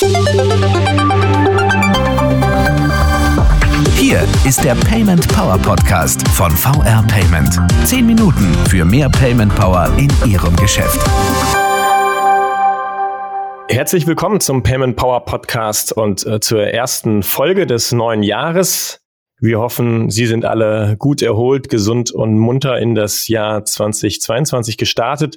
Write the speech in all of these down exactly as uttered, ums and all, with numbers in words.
Hier ist der Payment Power Podcast von V R Payment. Zehn Minuten für mehr Payment Power in Ihrem Geschäft. Herzlich willkommen zum Payment Power Podcast und äh, zur ersten Folge des neuen Jahres. Wir hoffen, Sie sind alle gut erholt, gesund und munter in das Jahr zweitausendzweiundzwanzig gestartet,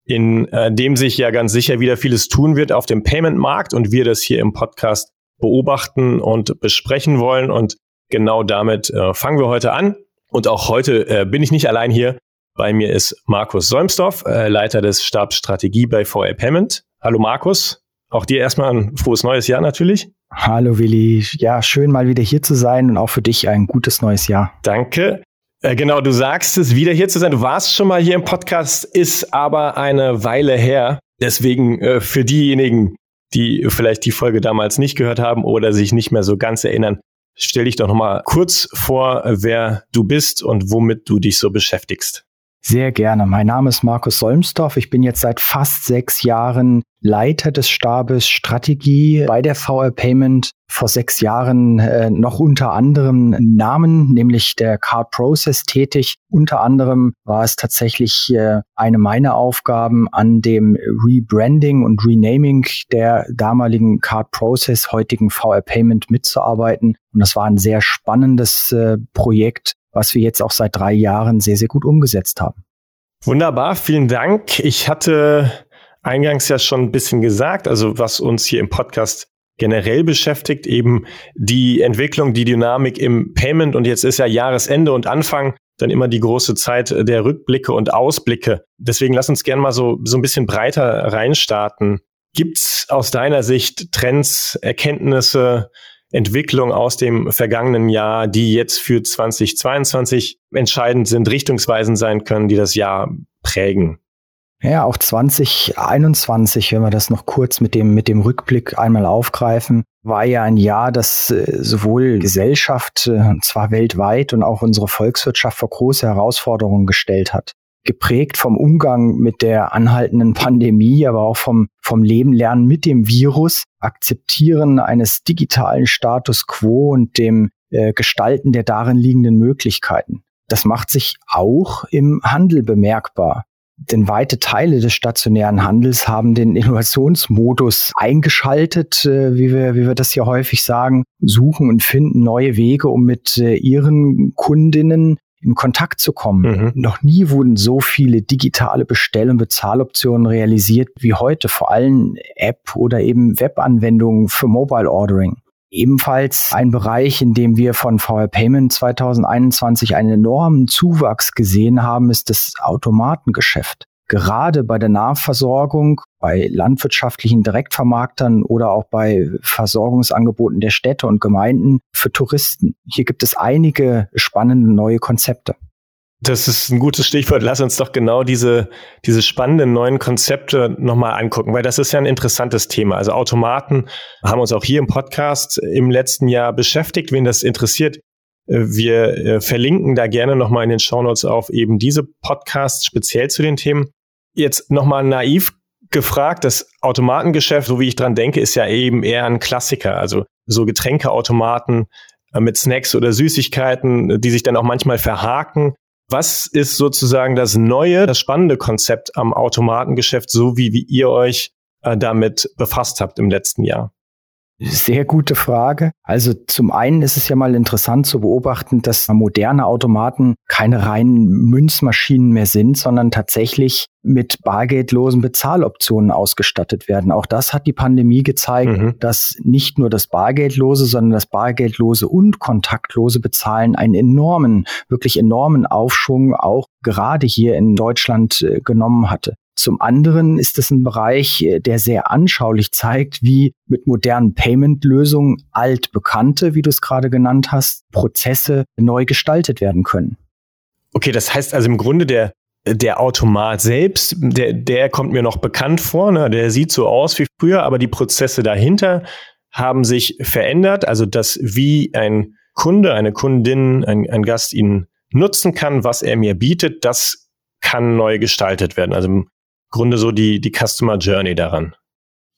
in äh, dem sich ja ganz sicher wieder vieles tun wird auf dem Payment-Markt und wir das hier im Podcast beobachten und besprechen wollen. Und genau damit äh, fangen wir heute an. Und auch heute äh, bin ich nicht allein hier. Bei mir ist Markus Solmsdorf, äh, Leiter des Stabs Strategie bei V R Payment. Hallo Markus, auch dir erstmal ein frohes neues Jahr natürlich. Hallo Willi, ja, schön mal wieder hier zu sein und auch für dich ein gutes neues Jahr. Danke. Äh, genau, du sagst es, wieder hier zu sein. Du warst schon mal hier im Podcast, ist aber eine Weile her. Deswegen äh, für diejenigen, die vielleicht die Folge damals nicht gehört haben oder sich nicht mehr so ganz erinnern, stell dich doch noch mal kurz vor, wer du bist und womit du dich so beschäftigst. Sehr gerne. Mein Name ist Markus Solmsdorf. Ich bin jetzt seit fast sechs Jahren Leiter des Stabes Strategie bei der V R Payment. Vor sechs Jahren äh, noch unter anderem Namen, nämlich der Card Process tätig. Unter anderem war es tatsächlich äh, eine meiner Aufgaben, an dem Rebranding und Renaming der damaligen Card Process, heutigen V R Payment mitzuarbeiten. Und das war ein sehr spannendes äh, Projekt, was wir jetzt auch seit drei Jahren sehr, sehr gut umgesetzt haben. Wunderbar, vielen Dank. Ich hatte eingangs ja schon ein bisschen gesagt, also was uns hier im Podcast generell beschäftigt, eben die Entwicklung, die Dynamik im Payment. Und jetzt ist ja Jahresende und Anfang, dann immer die große Zeit der Rückblicke und Ausblicke. Deswegen lass uns gerne mal so, so ein bisschen breiter reinstarten. Gibt's aus deiner Sicht Trends, Erkenntnisse, Entwicklung aus dem vergangenen Jahr, die jetzt für zweitausendzweiundzwanzig entscheidend sind, richtungsweisend sein können, die das Jahr prägen? Ja, auch zwanzig einundzwanzig, wenn wir das noch kurz mit dem, mit dem Rückblick einmal aufgreifen, war ja ein Jahr, das äh, sowohl Gesellschaft, äh, und zwar weltweit, und auch unsere Volkswirtschaft vor große Herausforderungen gestellt hat. Geprägt vom Umgang mit der anhaltenden Pandemie, aber auch vom, vom Leben lernen mit dem Virus, Akzeptieren eines digitalen Status quo und dem äh, Gestalten der darin liegenden Möglichkeiten. Das macht sich auch im Handel bemerkbar. Denn weite Teile des stationären Handels haben den Innovationsmodus eingeschaltet, äh, wie wir, wie wir das ja häufig sagen, suchen und finden neue Wege, um mit äh, ihren Kundinnen in Kontakt zu kommen. Mhm. Noch nie wurden so viele digitale Bestell- und Bezahloptionen realisiert wie heute, vor allem App- oder eben Webanwendungen für Mobile Ordering. Ebenfalls ein Bereich, in dem wir von V R Payment zwanzig einundzwanzig einen enormen Zuwachs gesehen haben, ist das Automatengeschäft. Gerade bei der Nahversorgung, bei landwirtschaftlichen Direktvermarktern oder auch bei Versorgungsangeboten der Städte und Gemeinden für Touristen. Hier gibt es einige spannende neue Konzepte. Das ist ein gutes Stichwort. Lass uns doch genau diese, diese spannenden neuen Konzepte nochmal angucken, weil das ist ja ein interessantes Thema. Also Automaten haben uns auch hier im Podcast im letzten Jahr beschäftigt. Wen das interessiert, wir verlinken da gerne nochmal in den Shownotes auf eben diese Podcasts speziell zu den Themen. Jetzt nochmal naiv gefragt, das Automatengeschäft, so wie ich dran denke, ist ja eben eher ein Klassiker. Also so Getränkeautomaten mit Snacks oder Süßigkeiten, die sich dann auch manchmal verhaken. Was ist sozusagen das neue, das spannende Konzept am Automatengeschäft, so wie, wie ihr euch äh, damit befasst habt im letzten Jahr? Sehr gute Frage. Also zum einen ist es ja mal interessant zu beobachten, dass moderne Automaten keine reinen Münzmaschinen mehr sind, sondern tatsächlich mit bargeldlosen Bezahloptionen ausgestattet werden. Auch das hat die Pandemie gezeigt, mhm. dass nicht nur das bargeldlose, sondern das bargeldlose und kontaktlose Bezahlen einen enormen, wirklich enormen Aufschwung auch gerade hier in Deutschland äh, genommen hatte. Zum anderen ist es ein Bereich, der sehr anschaulich zeigt, wie mit modernen Payment-Lösungen altbekannte, wie du es gerade genannt hast, Prozesse neu gestaltet werden können. Okay, das heißt also im Grunde der, der Automat selbst, der, der kommt mir noch bekannt vor, ne? Der sieht so aus wie früher, aber die Prozesse dahinter haben sich verändert. Also das, wie ein Kunde, eine Kundin, ein, ein Gast ihn nutzen kann, was er mir bietet, das kann neu gestaltet werden. Also im Grunde so die, die Customer Journey daran.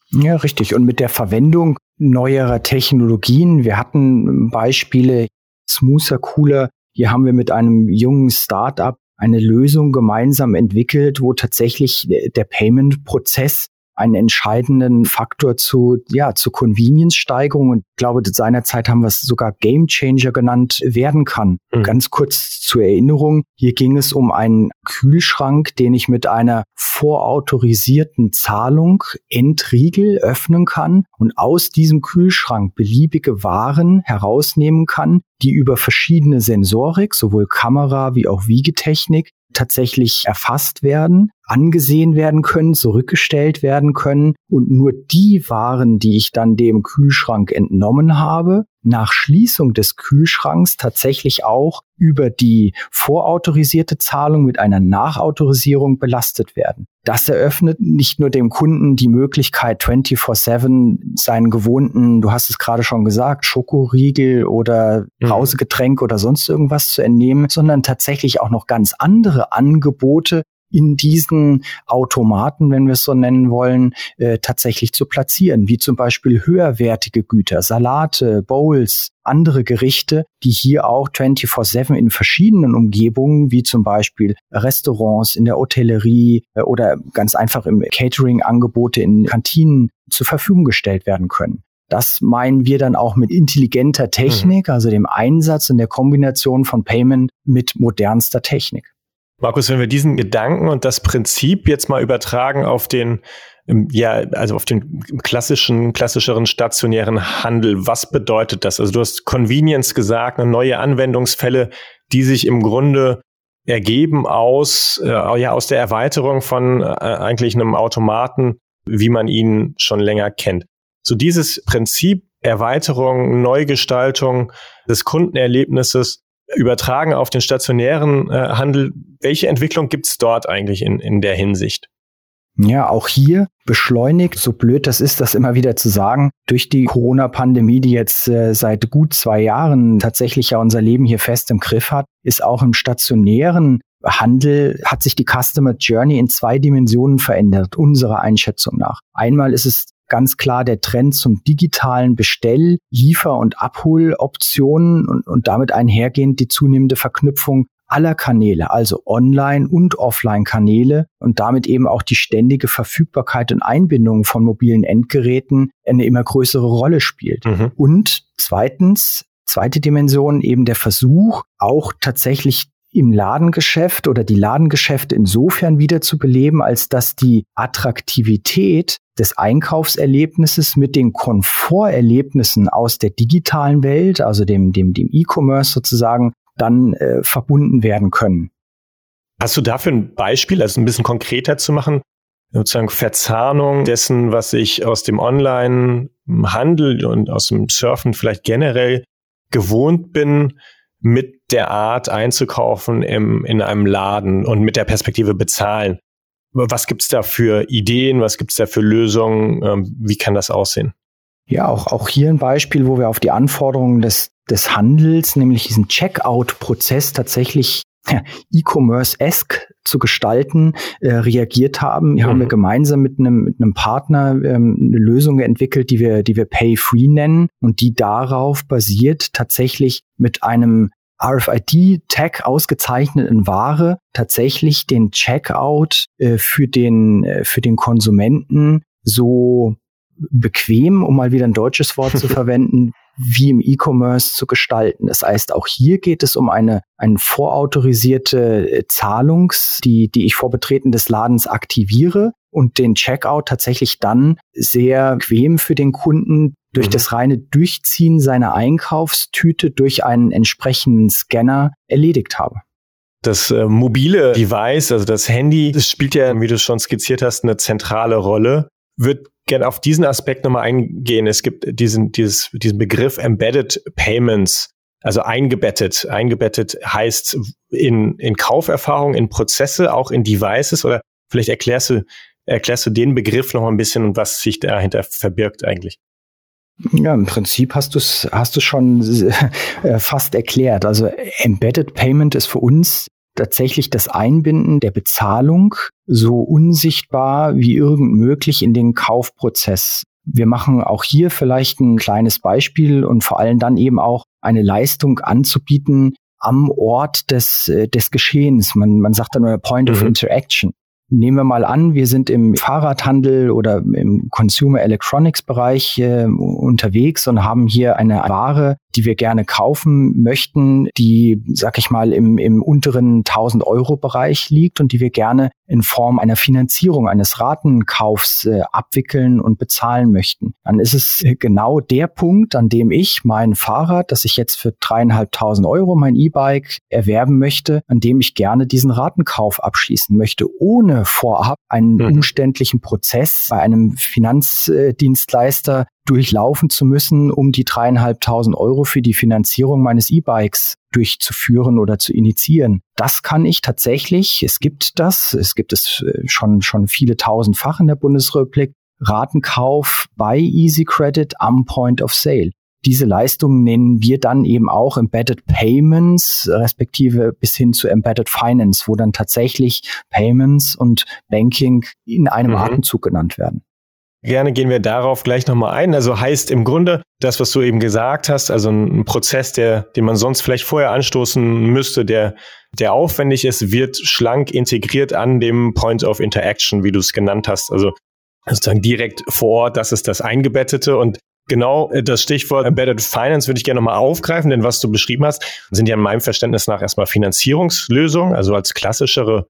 Ja, richtig. Und mit der Verwendung neuerer Technologien, wir hatten Beispiele, Smoother Cooler, hier haben wir mit einem jungen Start-up eine Lösung gemeinsam entwickelt, wo tatsächlich der Payment-Prozess einen entscheidenden Faktor zu, ja, zu Convenience-Steigerung und ich glaube, seinerzeit haben wir es sogar Game Changer genannt, werden kann. Mhm. Ganz kurz zur Erinnerung, hier ging es um einen Kühlschrank, den ich mit einer vorautorisierten Zahlung entriegel, öffnen kann und aus diesem Kühlschrank beliebige Waren herausnehmen kann, die über verschiedene Sensorik, sowohl Kamera wie auch Wiegetechnik, tatsächlich erfasst werden, angesehen werden können, zurückgestellt werden können und nur die Waren, die ich dann dem Kühlschrank entnommen habe, nach Schließung des Kühlschranks tatsächlich auch über die vorautorisierte Zahlung mit einer Nachautorisierung belastet werden. Das eröffnet nicht nur dem Kunden die Möglichkeit, vierundzwanzig sieben seinen gewohnten, du hast es gerade schon gesagt, Schokoriegel oder Brausegetränk oder sonst irgendwas zu entnehmen, sondern tatsächlich auch noch ganz andere Angebote in diesen Automaten, wenn wir es so nennen wollen, äh, tatsächlich zu platzieren, wie zum Beispiel höherwertige Güter, Salate, Bowls, andere Gerichte, die hier auch vierundzwanzig sieben in verschiedenen Umgebungen, wie zum Beispiel Restaurants, in der Hotellerie äh, oder ganz einfach im Catering-Angebote in Kantinen zur Verfügung gestellt werden können. Das meinen wir dann auch mit intelligenter Technik, mhm. also dem Einsatz und der Kombination von Payment mit modernster Technik. Markus, wenn wir diesen Gedanken und das Prinzip jetzt mal übertragen auf den, ja, also auf den klassischen, klassischeren stationären Handel, was bedeutet das? Also du hast Convenience gesagt, neue Anwendungsfälle, die sich im Grunde ergeben aus, äh, ja, aus der Erweiterung von äh, eigentlich einem Automaten, wie man ihn schon länger kennt. So dieses Prinzip Erweiterung, Neugestaltung des Kundenerlebnisses, übertragen auf den stationären äh, Handel. Welche Entwicklung gibt es dort eigentlich in, in der Hinsicht? Ja, auch hier beschleunigt, so blöd das ist, das immer wieder zu sagen, durch die Corona-Pandemie, die jetzt äh, seit gut zwei Jahren tatsächlich ja unser Leben hier fest im Griff hat, ist auch im stationären Handel, hat sich die Customer Journey in zwei Dimensionen verändert, unserer Einschätzung nach. Einmal ist es ganz klar der Trend zum digitalen Bestell-, Liefer- und Abholoptionen und, und damit einhergehend die zunehmende Verknüpfung aller Kanäle, also Online- und Offline-Kanäle und damit eben auch die ständige Verfügbarkeit und Einbindung von mobilen Endgeräten eine immer größere Rolle spielt. Mhm. Und zweitens, zweite Dimension, eben der Versuch, auch tatsächlich im Ladengeschäft oder die Ladengeschäfte insofern wieder zu beleben, als dass die Attraktivität des Einkaufserlebnisses mit den Komforterlebnissen aus der digitalen Welt, also dem, dem, dem E-Commerce sozusagen, dann äh, verbunden werden können. Hast du dafür ein Beispiel, also ein bisschen konkreter zu machen, sozusagen Verzahnung dessen, was ich aus dem Online-Handel und aus dem Surfen vielleicht generell gewohnt bin, mit der Art einzukaufen im, in einem Laden und mit der Perspektive bezahlen? Was gibt's da für Ideen? Was gibt's da für Lösungen? Ähm, wie kann das aussehen? Ja, auch, auch hier ein Beispiel, wo wir auf die Anforderungen des, des Handels, nämlich diesen Checkout-Prozess tatsächlich ja, E-Commerce-esque zu gestalten, äh, reagiert haben. Hier mhm. haben wir gemeinsam mit einem, mit einem Partner ähm, eine Lösung entwickelt, die wir, die wir Pay-Free nennen und die darauf basiert, tatsächlich mit einem R F I D-Tag ausgezeichneten Ware tatsächlich den Checkout äh, für den, äh, für den Konsumenten so bequem, um mal wieder ein deutsches Wort zu verwenden, wie im E-Commerce zu gestalten. Das heißt, auch hier geht es um eine, eine vorautorisierte Zahlungs, die, die ich vor Betreten des Ladens aktiviere und den Checkout tatsächlich dann sehr bequem für den Kunden durch mhm. das reine Durchziehen seiner Einkaufstüte durch einen entsprechenden Scanner erledigt habe. Das äh, mobile Device, also das Handy, das spielt ja, wie du schon skizziert hast, eine zentrale Rolle. Würde gerne auf diesen Aspekt nochmal eingehen. Es gibt diesen, dieses, diesen Begriff Embedded Payments, also eingebettet. Eingebettet heißt in, in Kauferfahrung, in Prozesse, auch in Devices, oder vielleicht erklärst du, erklärst du den Begriff noch mal ein bisschen und was sich dahinter verbirgt eigentlich? Ja, im Prinzip hast du es hast du schon äh, fast erklärt. Also Embedded Payment ist für uns tatsächlich das Einbinden der Bezahlung so unsichtbar wie irgend möglich in den Kaufprozess Wir machen auch hier vielleicht ein kleines Beispiel und vor allem dann eben auch eine Leistung anzubieten am Ort des, des Geschehens. Man, man sagt dann nur Point mhm. of Interaction. Nehmen wir mal an, wir sind im Fahrradhandel oder im Consumer Electronics Bereich äh, unterwegs und haben hier eine Ware, die wir gerne kaufen möchten, die, sag ich mal, im, im unteren tausend Euro Bereich liegt und die wir gerne in Form einer Finanzierung, eines Ratenkaufs äh, abwickeln und bezahlen möchten. Dann ist es genau der Punkt, an dem ich mein Fahrrad, das ich jetzt für dreieinhalbtausend Euro, mein E-Bike, erwerben möchte, an dem ich gerne diesen Ratenkauf abschließen möchte, ohne vorab einen mhm. umständlichen Prozess bei einem Finanzdienstleister durchlaufen zu müssen, um die dreieinhalbtausend Euro für die Finanzierung meines E-Bikes durchzuführen oder zu initiieren. Das kann ich tatsächlich, es gibt das, es gibt es schon, schon viele tausendfach in der Bundesrepublik, Ratenkauf bei Easy Credit am Point of Sale. Diese Leistungen nennen wir dann eben auch Embedded Payments, respektive bis hin zu Embedded Finance, wo dann tatsächlich Payments und Banking in einem mhm. Atemzug genannt werden. Gerne gehen wir darauf gleich nochmal ein. Also heißt im Grunde, das, was du eben gesagt hast, also ein Prozess, der, den man sonst vielleicht vorher anstoßen müsste, der, der aufwendig ist, wird schlank integriert an dem Point of Interaction, wie du es genannt hast. Also sozusagen direkt vor Ort, das ist das Eingebettete. Und genau das Stichwort Embedded Finance würde ich gerne nochmal aufgreifen, denn was du beschrieben hast, sind ja in meinem Verständnis nach erstmal Finanzierungslösungen, also als klassischere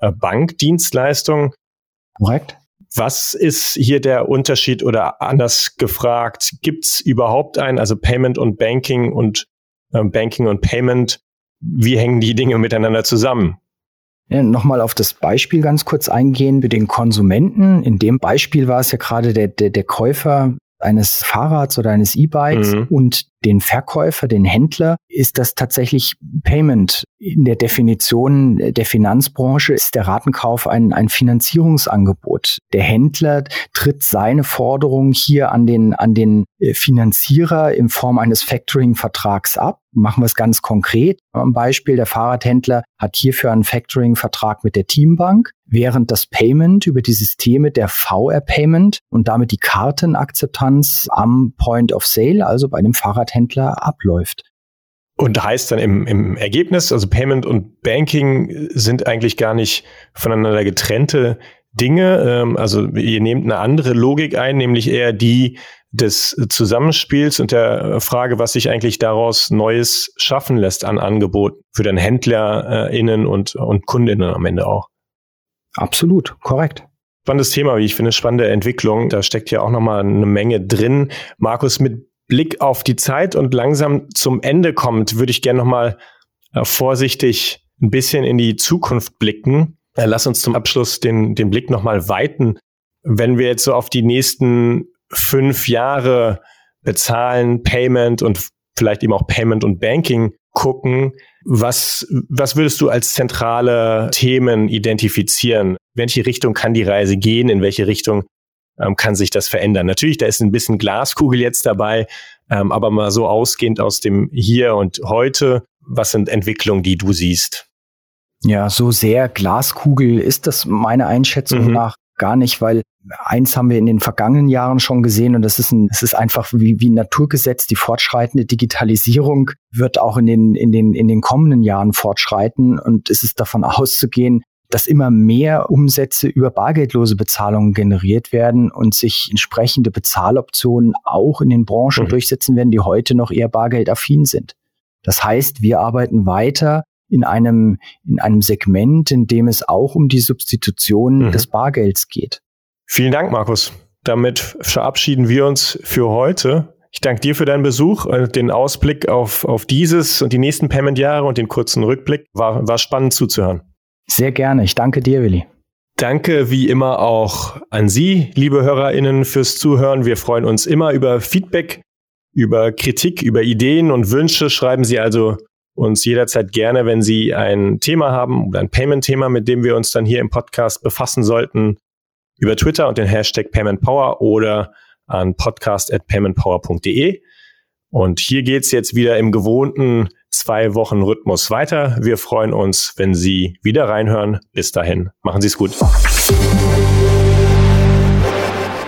Bankdienstleistung. Korrekt. Was ist hier der Unterschied oder anders gefragt, gibt es überhaupt einen, also Payment und Banking und äh, Banking und Payment, wie hängen die Dinge miteinander zusammen? Ja, nochmal auf das Beispiel ganz kurz eingehen für den Konsumenten. In dem Beispiel war es ja gerade der, der, der Käufer eines Fahrrads oder eines E-Bikes mhm. und den Verkäufer, den Händler, ist das tatsächlich Payment. In der Definition der Finanzbranche ist der Ratenkauf ein, ein Finanzierungsangebot. Der Händler tritt seine Forderung hier an den, an den Finanzierer in Form eines Factoring-Vertrags ab. Machen wir es ganz konkret. Am Beispiel, der Fahrradhändler hat hierfür einen Factoring-Vertrag mit der Teambank, während das Payment über die Systeme der V R-Payment und damit die Kartenakzeptanz am Point of Sale, also bei dem Fahrradhändler, abläuft. Und heißt dann im, im Ergebnis, also Payment und Banking sind eigentlich gar nicht voneinander getrennte Dinge. Also ihr nehmt eine andere Logik ein, nämlich eher die des Zusammenspiels und der Frage, was sich eigentlich daraus Neues schaffen lässt an Angeboten für den HändlerInnen und, und KundInnen am Ende auch. Absolut, korrekt. Spannendes Thema, wie ich finde, spannende Entwicklung. Da steckt ja auch nochmal eine Menge drin. Markus, mit Blick auf die Zeit und langsam zum Ende kommt, würde ich gerne nochmal äh, vorsichtig ein bisschen in die Zukunft blicken. Äh, lass uns zum Abschluss den, den Blick nochmal weiten. Wenn wir jetzt so auf die nächsten fünf Jahre bezahlen, Payment und vielleicht eben auch Payment und Banking gucken, was, was würdest du als zentrale Themen identifizieren? Welche Richtung kann die Reise gehen? In welche Richtung ähm, kann sich das verändern? Natürlich, da ist ein bisschen Glaskugel jetzt dabei, ähm, aber mal so ausgehend aus dem Hier und Heute, was sind Entwicklungen, die du siehst? Ja, so sehr Glaskugel ist das meiner Einschätzung mhm. nach gar nicht, weil eins haben wir in den vergangenen Jahren schon gesehen und das ist ein, das ist einfach wie, wie ein Naturgesetz. Die fortschreitende Digitalisierung wird auch in den, in den, in den kommenden Jahren fortschreiten und es ist davon auszugehen, dass immer mehr Umsätze über bargeldlose Bezahlungen generiert werden und sich entsprechende Bezahloptionen auch in den Branchen mhm. durchsetzen werden, die heute noch eher bargeldaffin sind. Das heißt, wir arbeiten weiter in einem, in einem Segment, in dem es auch um die Substitution mhm. des Bargelds geht. Vielen Dank, Markus. Damit verabschieden wir uns für heute. Ich danke dir für deinen Besuch, den Ausblick auf, auf dieses und die nächsten Payment-Jahre und den kurzen Rückblick. War, war spannend zuzuhören. Sehr gerne. Ich danke dir, Willi. Danke wie immer auch an Sie, liebe HörerInnen, fürs Zuhören. Wir freuen uns immer über Feedback, über Kritik, über Ideen und Wünsche. Schreiben Sie also uns jederzeit gerne, wenn Sie ein Thema haben oder ein Payment-Thema, mit dem wir uns dann hier im Podcast befassen sollten, über Twitter und den Hashtag PaymentPower oder an podcast at paymentpower punkt de. Und hier geht's jetzt wieder im gewohnten zwei Wochen Rhythmus weiter. Wir freuen uns, wenn Sie wieder reinhören. Bis dahin, machen Sie es gut.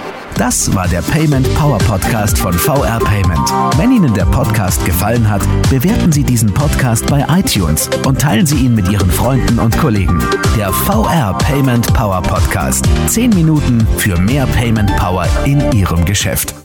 Das war der Payment Power Podcast von V R Payment. Wenn Ihnen der Podcast gefallen hat, bewerten Sie diesen Podcast bei iTunes und teilen Sie ihn mit Ihren Freunden und Kollegen. Der V R Payment Power Podcast. Zehn Minuten für mehr Payment Power in Ihrem Geschäft.